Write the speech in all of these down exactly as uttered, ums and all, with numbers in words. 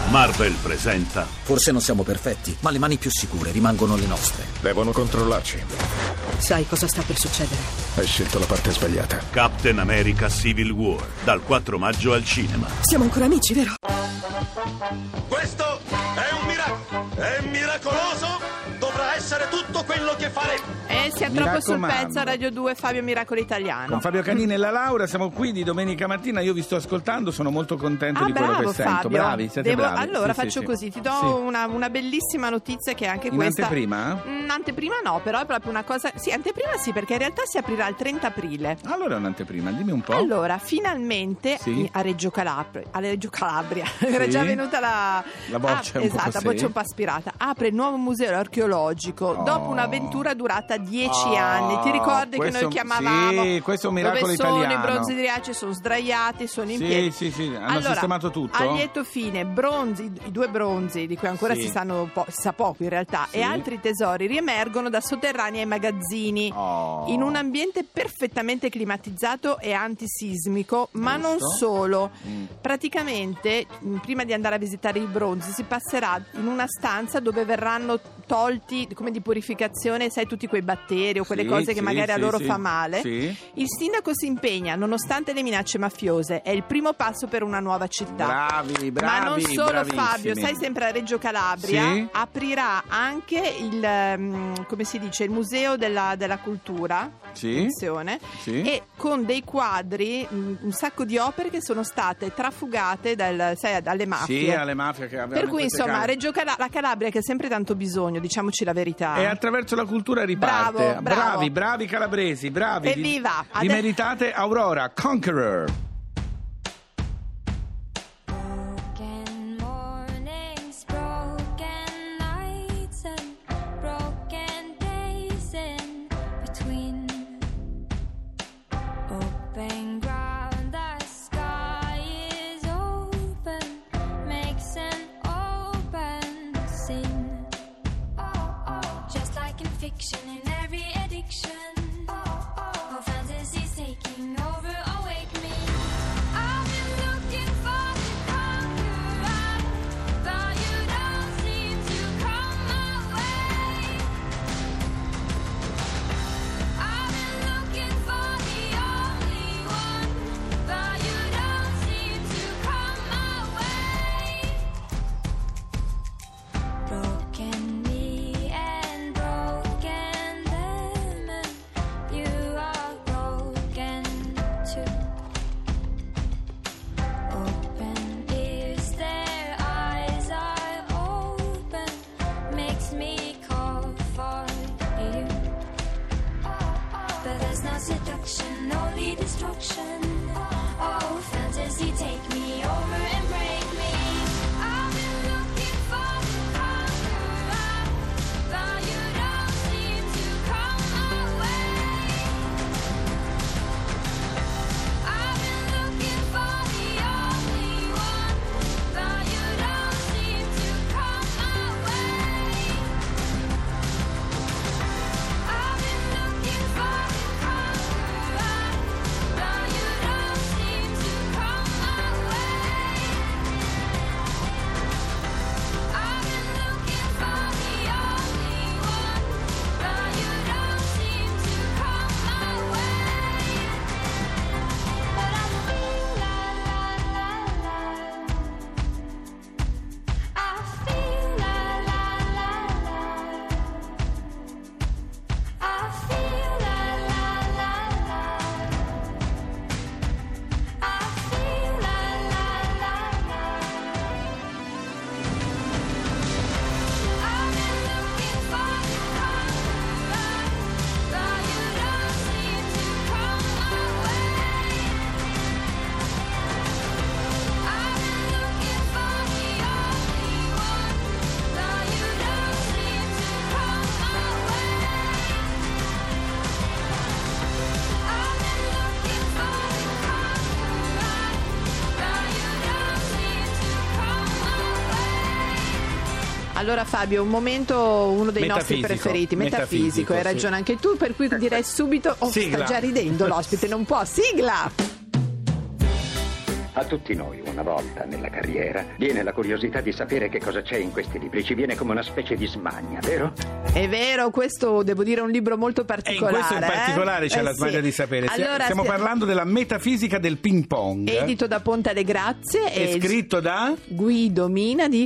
Marvel presenta. Forse non siamo perfetti, ma le mani più sicure rimangono le nostre. Devono controllarci. Sai cosa sta per succedere? Hai scelto la parte sbagliata. Captain America Civil War, dal quattro maggio al cinema. Siamo ancora amici, vero? Questo è un miracolo! È miracoloso! Dovrà essere tutto quello che faremo! Eh, sia Mi troppo sul raccomando. pezzo a Radio due, Fabio Miracolo Italiano. Con Fabio Canini e la Laura siamo qui di domenica mattina. Io vi sto ascoltando, sono molto contento Ah, di quello bravo che sento. Fabio. Bravi, siete Devo- bravi. Allora Sì, faccio sì, sì. così, ti do Sì. una, una bellissima notizia che è anche In questa. anteprima? Mm, anteprima no, però è proprio una cosa. Sì, anteprima sì, perché in realtà si aprirà il trenta aprile. Allora è un'anteprima, dimmi un po'. Allora, finalmente Sì. a Reggio Calabria, a Reggio Calabria era già venuta la, La boccia ah, un po' esatto, la sì. boccia un po' aspirata. Apre il nuovo museo archeologico Oh. dopo un'avventura durata dieci Oh, anni. Ti ricordi che questo- noi chiamavamo? sì, questo è un miracolo dove sono italiano. i bronzi di Riace, sono sdraiati, sono in Sì, piedi. sì, sì, hanno Allora, sistemato tutto. a lieto fine, bronzi, i due bronzi di cui ancora Sì. si, sanno po- si sa poco in realtà, Sì. e altri tesori riemergono da sotterranei ai magazzini. Oh. In un ambiente perfettamente climatizzato e antisismico, ma non Giusto. solo. Mm. Praticamente, mh, prima di andare a visitare i bronzi, si passerà in una stanza dove verranno tolti, come di purificazione, sai, tutti quei batteri o quelle Sì, cose che sì, magari a sì, loro sì. fa male. Sì. Il sindaco si impegna, nonostante le minacce mafiose, è il primo passo per una nuova città. Bravi, bravi, Ma non solo, bravissimi. Fabio, sai, sempre a Reggio Calabria Sì. aprirà anche il, ehm, come si dice, il museo della, della cultura. Sì. Attenzione. Sì. E con dei quadri, mh, un sacco di opere che sono state trafugate dal, sai, dalle mafie. Sì, alle mafie che avevano Per cui queste insomma case. Reggio Cala- la Calabria, che ha sempre tanto bisogno, diciamoci la verità. E attraverso la cultura riparte. Bravo, bravo. Bravi, bravi calabresi, bravi. Evviva! Vi, vi Ade- meritate Aurora Conqueror. Broken mornings, broken nights, and broken days in between. Open ground, the sky is open, makes an open scene. Just like in fiction, in every addiction, all fantasies taking over, awake me. I've been looking for the conqueror, but you don't seem to come my way. I've been looking for the only one, but you don't seem to come my way. Broken me and broken them, and you are broken too. Open ears, their eyes are open, makes me call for you. But there's no seduction, only destruction. Oh, fantasy, take me over and break me. I've been looking for the conqueror, but you don't seem to come my way. I've been looking for the only one, but you don't seem to come my way. I've been looking for the conqueror, but you don't seem to come my way. I've been looking for the only one, but you don't seem to come my way. But I feel la la la la. I feel la la la la. I feel la la la la. I feel la la la la. I've been looking for the conqueror, but you don't seem to come my way. I've been looking for the only one, but you don't seem to come my way. I've been looking for the conqueror, but you don't seem to come my way. Allora Fabio, un momento, uno dei nostri Metafisico, preferiti, metafisico, metafisico, hai sì. ragione anche tu, per cui direi subito, oh, Sigla. sta già ridendo l'ospite, non può, sigla! A tutti noi, una volta nella carriera, viene la curiosità di sapere che cosa c'è in questi libri. Ci viene come una specie di smania, vero? È vero, questo devo dire è un libro molto E in particolare. questo in particolare eh? c'è Eh la sì. smania di sapere. Stia- Allora, Stiamo stia- parlando della metafisica del ping pong. Edito da Ponte alle Grazie È e scritto da Guido Mina di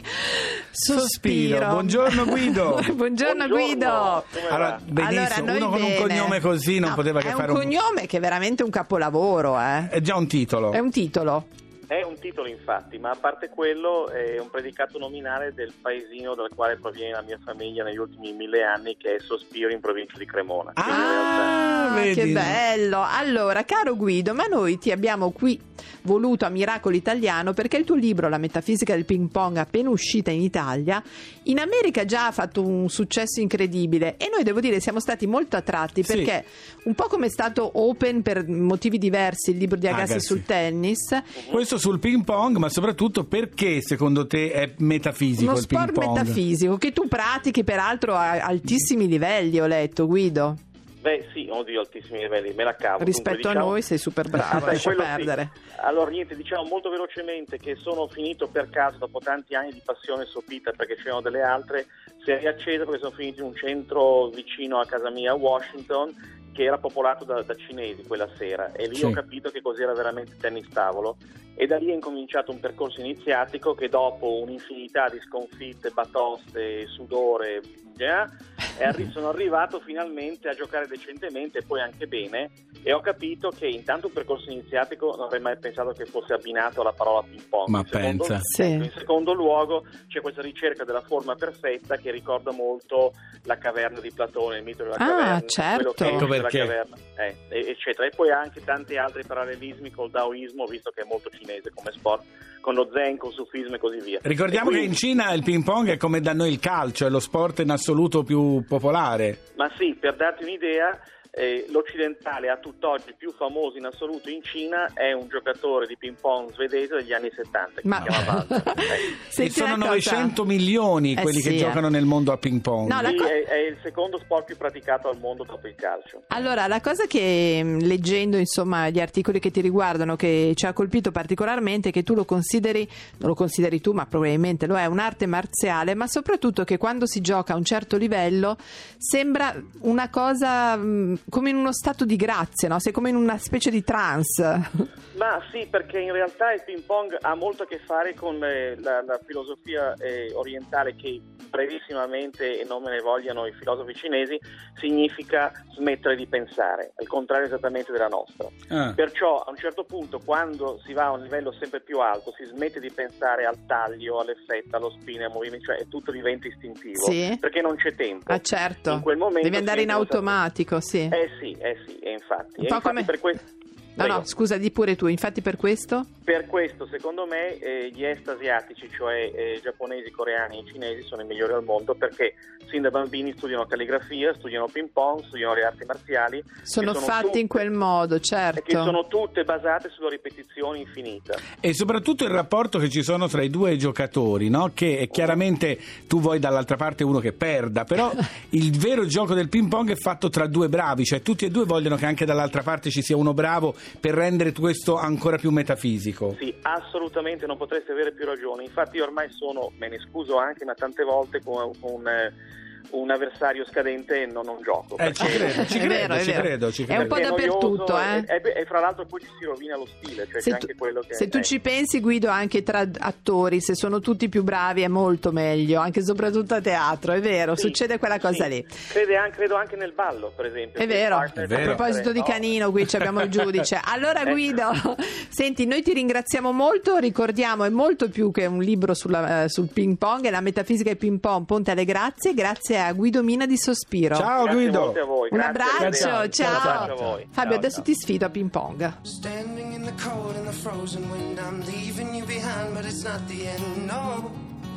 Sospiro. Buongiorno Guido. Buongiorno Guido. Allora, benissimo, noi uno con un bene. cognome così non No, poteva che è fare un un... cognome che è veramente un capolavoro, eh. È già un titolo. È un titolo. È un titolo infatti, ma a parte quello è un predicato nominale del paesino dal quale proviene la mia famiglia negli ultimi mille anni, che è Sospiro, in provincia di Cremona. Quindi in realtà- Ah, vedi. che bello. Allora, caro Guido, ma noi ti abbiamo qui voluto a Miracolo Italiano perché il tuo libro La metafisica del ping pong, appena uscita in Italia, in America già ha fatto un successo incredibile e noi devo dire siamo stati molto attratti Sì. perché un po' come è stato Open per motivi diversi il libro di Agassi, Agassi. sul tennis, Questo sul ping pong, ma soprattutto perché secondo te è metafisico uno il ping sport pong? metafisico che tu pratichi peraltro a altissimi livelli, ho letto, Guido. Beh sì, uno di altissimi livelli, me la cavo. Rispetto Dunque, a diciamo- noi sei super bravo, Vabbè, lascia quello sì. perdere. Allora niente, diciamo molto velocemente che sono finito per caso dopo tanti anni di passione sopita, perché c'erano delle altre, si è riaccesa perché sono finito in un centro vicino a casa mia a Washington, che era popolato da, da cinesi quella sera, e lì Sì. ho capito che cos'era veramente tennis tavolo, e da lì è incominciato un percorso iniziatico che dopo un'infinità di sconfitte, batoste, sudore, eh, è arri- sono arrivato finalmente a giocare decentemente e poi anche bene, e ho capito che intanto un percorso iniziatico non avrei mai pensato che fosse abbinato alla parola ping pong. Ma in secondo, pensa. Sì. in secondo luogo c'è questa ricerca della forma perfetta che ricorda molto la caverna di Platone, il mito della Ah, caverna, certo. quello che Ecco esce dalla perché. caverna, eh, e- eccetera. E poi anche tanti altri parallelismi col daoismo, visto che è molto cinese come sport, con lo zen, con il sufismo e così via. Ricordiamo E che quindi- in Cina il ping pong è come da noi il calcio, è lo sport in assoluto più popolare. Ma sì, per darti un'idea, eh, l'occidentale a tutt'oggi più famoso in assoluto in Cina è un giocatore di ping pong svedese degli anni settanta, che Ma si chiama Walter. Eh. E Senti sono una cosa. novecento milioni Eh quelli sì, che eh. giocano nel mondo a ping pong. No, la Sì, co- è, è il secondo sport più praticato al mondo dopo il calcio. Allora, la cosa che mh, leggendo insomma gli articoli che ti riguardano, che ci ha colpito particolarmente, è che tu lo consideri, non lo consideri tu, ma probabilmente lo è, un'arte marziale, ma soprattutto che quando si gioca a un certo livello sembra una cosa mh, come in uno stato di grazia, no? Sei come in una specie di trance. Ma sì, perché in realtà il ping pong ha molto a che fare con eh, la, la filosofia eh, orientale, che brevissimamente, e non me ne vogliano i filosofi cinesi, significa smettere di pensare, al contrario esattamente della nostra. Ah. Perciò a un certo punto, quando si va a un livello sempre più alto, si smette di pensare al taglio, all'effetto, allo spin, al movimento, cioè tutto diventa istintivo, Sì. perché non c'è tempo. Ah, certo. In quel momento Devi andare in si entra- automatico, sì. Eh sì, eh sì, e infatti. Un E po' infatti come- per questo... No, Prego. no, scusa, di pure tu. Infatti per questo? Per questo, secondo me, eh, gli est asiatici, cioè eh, giapponesi, coreani e cinesi, sono i migliori al mondo, perché sin da bambini studiano calligrafia, studiano ping pong, studiano le arti marziali. Sono, che fatti tutte- in quel modo, e che certo. sono tutte basate sulla ripetizione infinita. E soprattutto il rapporto che ci sono tra i due giocatori, no? Che è chiaramente tu vuoi dall'altra parte uno che perda, però il vero gioco del ping pong è fatto tra due bravi, cioè tutti e due vogliono che anche dall'altra parte ci sia uno bravo per rendere questo ancora più metafisico. Sì, assolutamente, non potreste avere più ragione. Infatti io ormai sono, me ne scuso anche, ma tante volte con un... eh, un avversario scadente non, non gioco. Eh, ci credo, ci È credo, vero, è ci vero. credo, ci È credo. un po' Perché dappertutto, noioso, eh. E, e- e fra l'altro poi ci si rovina lo stile, cioè Se c'è tu, anche quello che... se tu eh. ci pensi, Guido, anche tra attori, se sono tutti più bravi è molto meglio, anche e soprattutto a teatro, è vero, Sì, succede quella cosa sì. lì. Crede anche, credo anche nel ballo, per esempio. È Se il vero. partner È vero. A proposito di no. Canino, qui ci abbiamo il giudice. Allora Ecco. Guido, senti, noi ti ringraziamo molto, ricordiamo, è molto più che un libro sulla, eh, sul ping pong, è la metafisica del ping pong, Ponte alle Grazie, grazie a Guido Mina di Sospiro. Ciao Grazie Guido. molte a voi. Un Grazie, abbraccio, arrivederci. ciao. Un abbraccio a voi. Fabio, Ciao, adesso ciao. ti sfido a ping pong. Standing in the cold and the frozen wind, I'm leaving you behind, but it's not the end. No,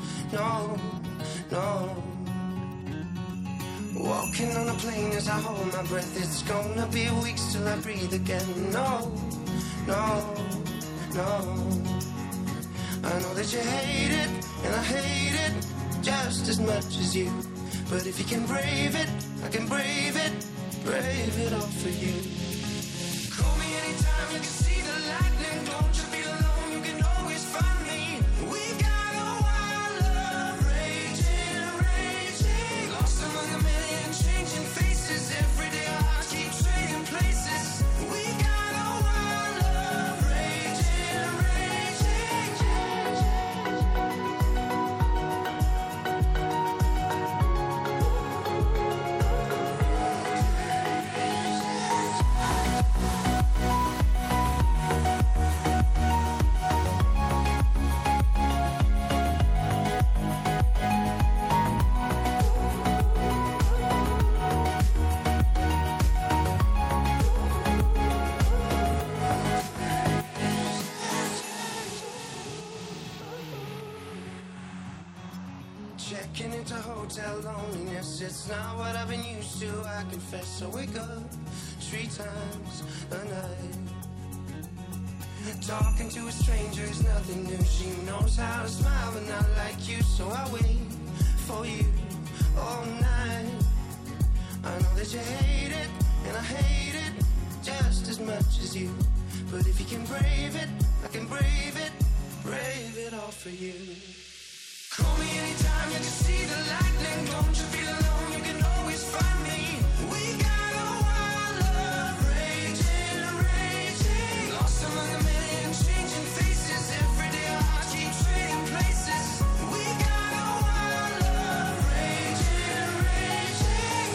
no, no. Walking on a plane as I hold my breath, it's gonna be weeks till I breathe again. No, no, no. I know that you hate it, and I hate it just as much as you. But if you can brave it, I can brave it, brave it all for you. Call me anytime you can see the lightning, don't you feel alone, you can checking into hotel loneliness. It's not what I've been used to, I confess. I wake up three times a night. Talking to a stranger is nothing new. She knows how to smile but not like you. So I wait for you all night. I know that you hate it, and I hate it just as much as you. But if you can brave it, I can brave it, brave it all for you. Call me anytime you can see the lightning. Don't you feel alone, you can always find me. We got a wild love raging, raging. Lost among a million changing faces. Every day our hearts keep trading places. We got a wild love raging, raging.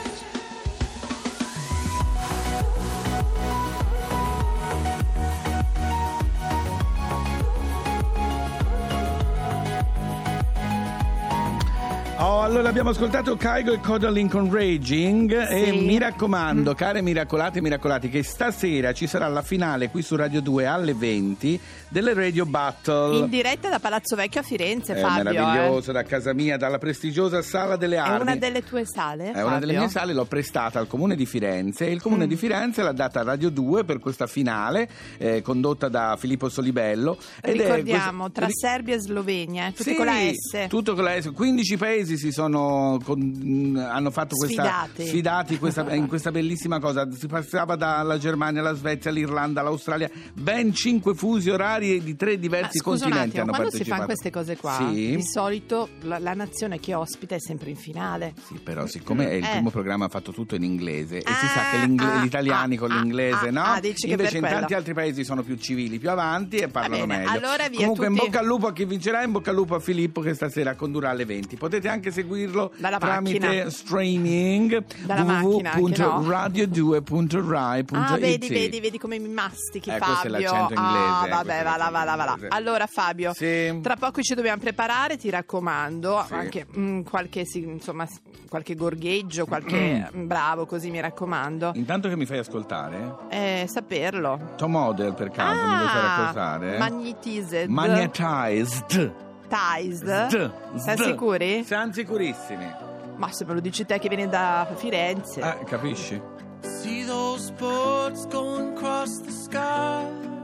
Oh, allora abbiamo ascoltato Kygo e Codaline con Raging e Sì. mi raccomando, care miracolate e miracolati, che stasera ci sarà la finale qui su Radio due alle venti delle Radio Battle. In diretta da Palazzo Vecchio a Firenze, È Fabio. meraviglioso, da casa mia, dalla prestigiosa Sala delle eh. Arti. È una delle tue sale? È una delle Fabio? mie sale, l'ho prestata al Comune di Firenze e il Comune Mm. di Firenze l'ha data a Radio due per questa finale eh, condotta da Filippo Solibello. Ed è Ricordiamo, questa- tra ri- Serbia e Slovenia, eh, tutti Sì, con la S. tutto con la S. quindici paesi si sono con- mh, hanno fatto questa Sfidati. sfidati questa, in questa bellissima cosa. Si passava dalla Germania alla Svezia, all'Irlanda, all'Australia, ben cinque fusi orari di tre Ma diversi scusa un continenti attimo, hanno quando si partecipato. fanno queste cose qua, Sì. di solito la, la nazione che ospita è sempre in finale. Sì, però siccome è il Eh. primo programma fatto tutto in inglese e Ah, si sa che l'ingle- ah, gli italiani ah, con ah, l'inglese, ah, no? ah, dici che Invece per in quello. tanti altri paesi sono più civili, più avanti e parlano bene, meglio. allora via Comunque tutti- in bocca al lupo a chi vincerà, in bocca al lupo a Filippo che stasera condurrà alle venti. Potete anche seguirlo Dalla tramite macchina. streaming Dalla macchina anche, w w w punto no? radio due punto rai punto Ah, it. vedi, vedi, vedi come mi mastichi, Eh, Fabio. questo è l'accento inglese, Ah, eh, vabbè, questo è va là, va là, va là. l'accento inglese. Allora, Fabio, Sì. tra poco ci dobbiamo preparare, ti raccomando, Sì. anche mm, qualche, sì, insomma, qualche gorgheggio, qualche mm, bravo, così mi raccomando. Intanto che mi fai ascoltare, Eh, saperlo. Tom Odell per caso mi vuoi fare Ah, raccontare? magnetized. Magnetized. Tized. Sd, Siamo sd. sicuri? Siamo sicurissimi. Ma se me lo dici te che vieni da Firenze. Eh, capisci? See those boats going across the sky.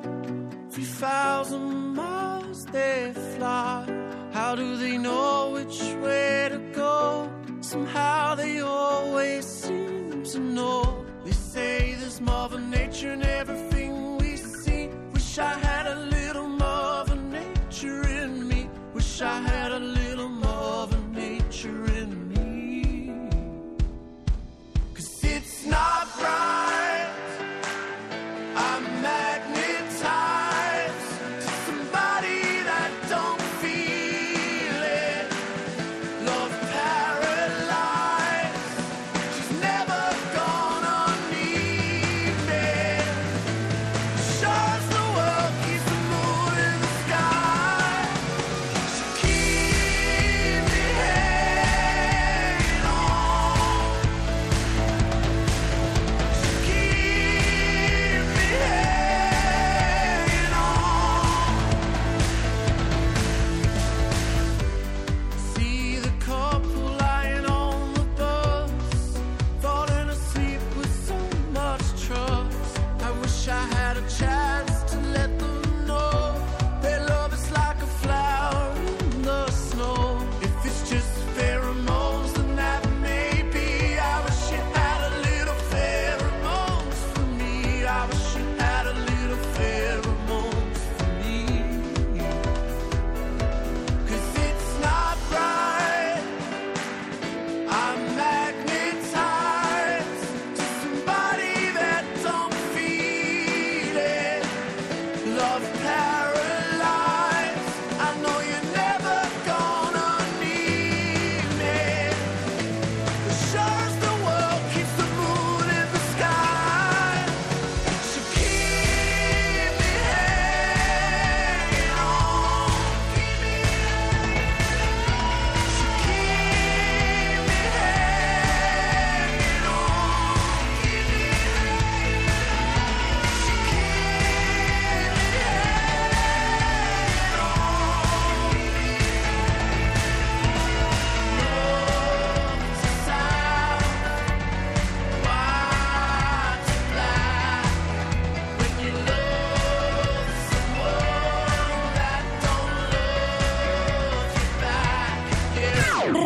Three thousand miles they fly. How do they know which way to go? Somehow they always seem to know. They say there's Mother Nature in everything we see. Wish I had a little Mother Nature in me. Wish I had a little Mother Nature in me. 'Cause it's not right. I'm magnetized to somebody that don't feel it. Love paralyzed. She's never gonna need me.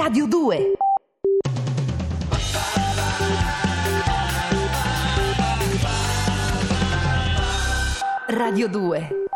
Radio due. Radio due.